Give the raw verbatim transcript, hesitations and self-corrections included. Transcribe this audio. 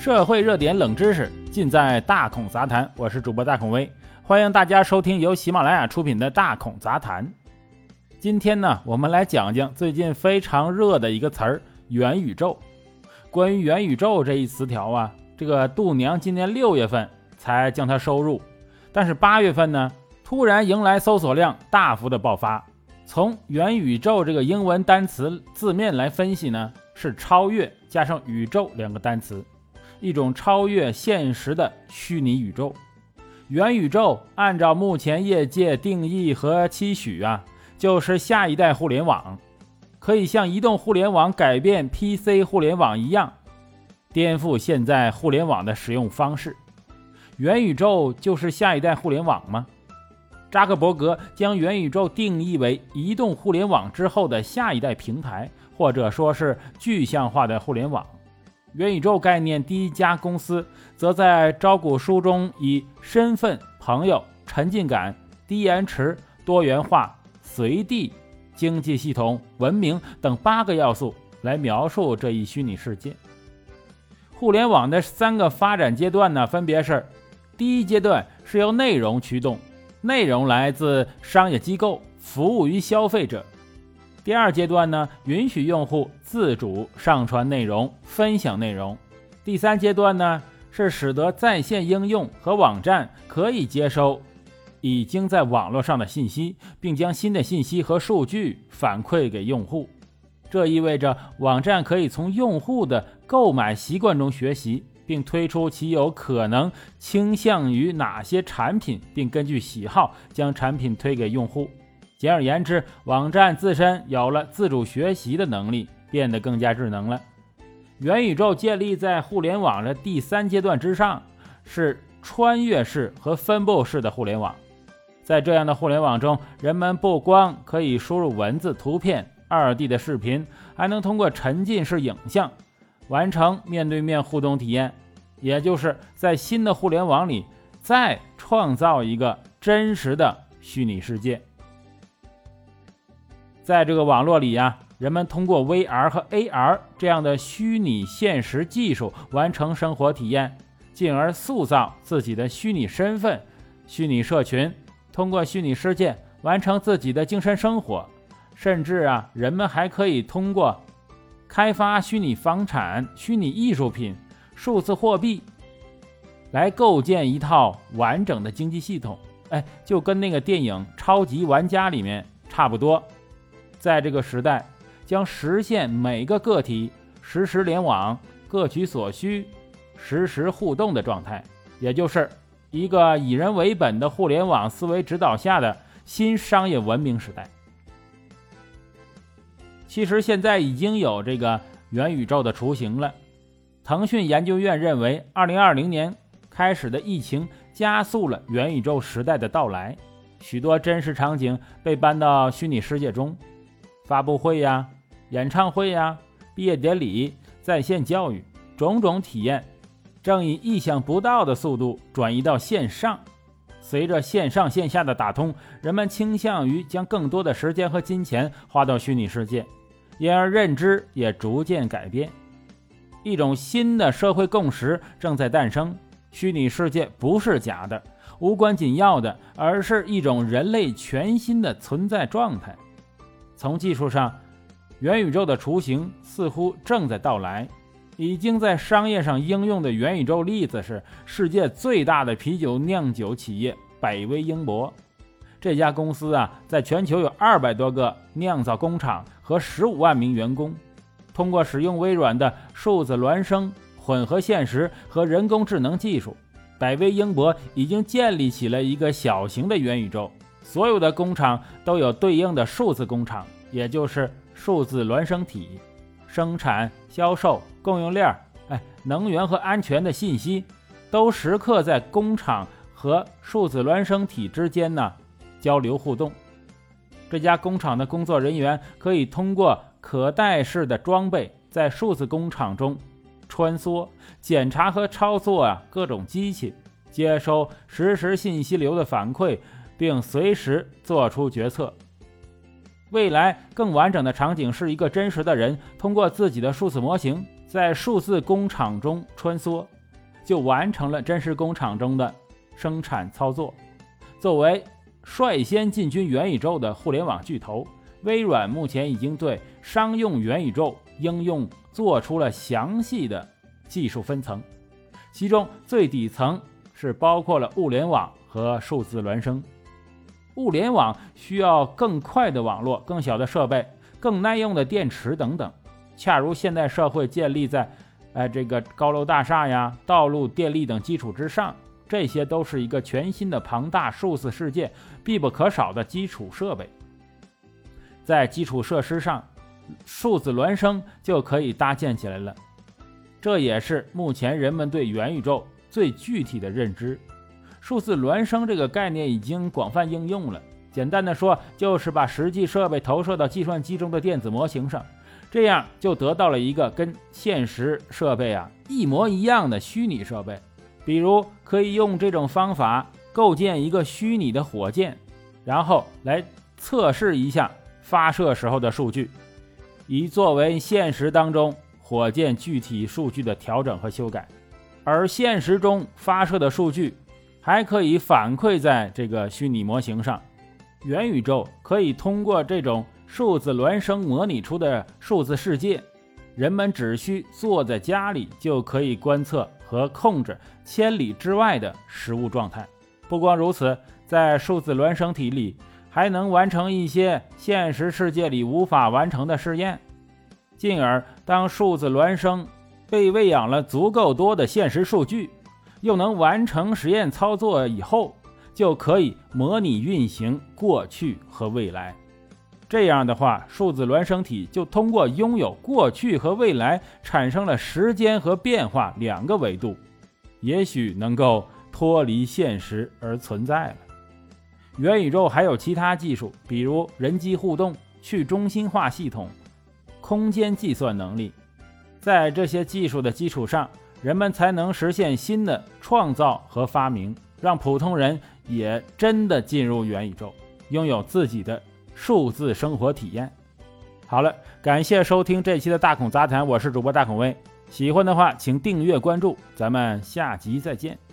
社会热点冷知识尽在大孔杂谈，我是主播大孔威，欢迎大家收听由喜马拉雅出品的大孔杂谈。今天呢，我们来讲讲最近非常热的一个词儿——元宇宙。关于元宇宙这一词条啊，这个度娘今年六月份才将它收入，但是八月份呢，突然迎来搜索量大幅的爆发。从元宇宙这个英文单词字面来分析呢，是超越加上宇宙两个单词，一种超越现实的虚拟宇宙。元宇宙按照目前业界定义和期许啊，就是下一代互联网，可以像移动互联网改变 P C 互联网一样，颠覆现在互联网的使用方式。元宇宙就是下一代互联网吗？扎克伯格将元宇宙定义为移动互联网之后的下一代平台，或者说是具象化的互联网。元宇宙概念第一家公司则在招股书中以身份、朋友、沉浸感、低延迟、多元化、随地、经济系统、文明等八个要素来描述这一虚拟世界。互联网的三个发展阶段呢，分别是：第一阶段是由内容驱动，内容来自商业机构，服务于消费者。第二阶段呢，允许用户自主上传内容，分享内容。第三阶段呢，是使得在线应用和网站可以接收已经在网络上的信息，并将新的信息和数据反馈给用户。这意味着网站可以从用户的购买习惯中学习，并推出其有可能倾向于哪些产品，并根据喜好将产品推给用户。简而言之，网站自身有了自主学习的能力，变得更加智能了。元宇宙建立在互联网的第三阶段之上，是穿越式和分布式的互联网。在这样的互联网中，人们不光可以输入文字、图片、二 D 的视频，还能通过沉浸式影像完成面对面互动体验，也就是在新的互联网里再创造一个真实的虚拟世界。在这个网络里啊，人们通过 V R 和 A R 这样的虚拟现实技术完成生活体验，进而塑造自己的虚拟身份、虚拟社群，通过虚拟世界完成自己的精神生活。甚至啊，人们还可以通过开发虚拟房产、虚拟艺术品、数字货币来构建一套完整的经济系统。哎，就跟那个电影《超级玩家》里面差不多。在这个时代，将实现每个个体实时联网、各取所需、实时互动的状态，也就是一个以人为本的互联网思维指导下的新商业文明时代。其实现在已经有这个元宇宙的雏形了。腾讯研究院认为，二零二零年开始的疫情加速了元宇宙时代的到来，许多真实场景被搬到虚拟世界中。发布会呀、演唱会呀、毕业典礼、在线教育，种种体验正以意想不到的速度转移到线上。随着线上线下的打通，人们倾向于将更多的时间和金钱花到虚拟世界，因而认知也逐渐改变。一种新的社会共识正在诞生，虚拟世界不是假的、无关紧要的，而是一种人类全新的存在状态。从技术上，元宇宙的雏形似乎正在到来。已经在商业上应用的元宇宙例子是世界最大的啤酒酿酒企业百威英博。这家公司啊，在全球有二百多个酿造工厂和十五万名员工，通过使用微软的数字孪生、混合现实和人工智能技术，百威英博已经建立起了一个小型的元宇宙。所有的工厂都有对应的数字工厂，也就是数字孪生体，生产、销售、供应链、哎，能源和安全的信息都时刻在工厂和数字孪生体之间呢交流互动。这家工厂的工作人员可以通过可戴式的装备在数字工厂中穿梭，检查和操作啊各种机器，接收实时信息流的反馈，并随时做出决策。未来更完整的场景是一个真实的人通过自己的数字模型在数字工厂中穿梭，就完成了真实工厂中的生产操作。作为率先进军元宇宙的互联网巨头，微软目前已经对商用元宇宙应用做出了详细的技术分层，其中最底层是包括了物联网和数字孪生。物联网需要更快的网络、更小的设备、更耐用的电池等等，恰如现代社会建立在呃这个高楼大厦呀、道路、电力等基础之上，这些都是一个全新的庞大数字世界必不可少的基础设备。在基础设施上，数字孪生就可以搭建起来了。这也是目前人们对元宇宙最具体的认知。数字孪生这个概念已经广泛应用了，简单的说，就是把实际设备投射到计算机中的电子模型上，这样就得到了一个跟现实设备啊一模一样的虚拟设备。比如可以用这种方法构建一个虚拟的火箭，然后来测试一下发射时候的数据，以作为现实当中火箭具体数据的调整和修改。而现实中发射的数据还可以反馈在这个虚拟模型上。元宇宙可以通过这种数字孪生模拟出的数字世界，人们只需坐在家里就可以观测和控制千里之外的实物状态。不光如此，在数字孪生体里还能完成一些现实世界里无法完成的试验。进而当数字孪生被喂养了足够多的现实数据，又能完成实验操作以后，就可以模拟运行过去和未来。这样的话，数字孪生体就通过拥有过去和未来，产生了时间和变化两个维度，也许能够脱离现实而存在了。元宇宙还有其他技术，比如人机互动、去中心化系统、空间计算能力。在这些技术的基础上，人们才能实现新的创造和发明，让普通人也真的进入元宇宙，拥有自己的数字生活体验。好了，感谢收听这期的大孔杂谈，我是主播大孔威。喜欢的话请订阅关注，咱们下集再见。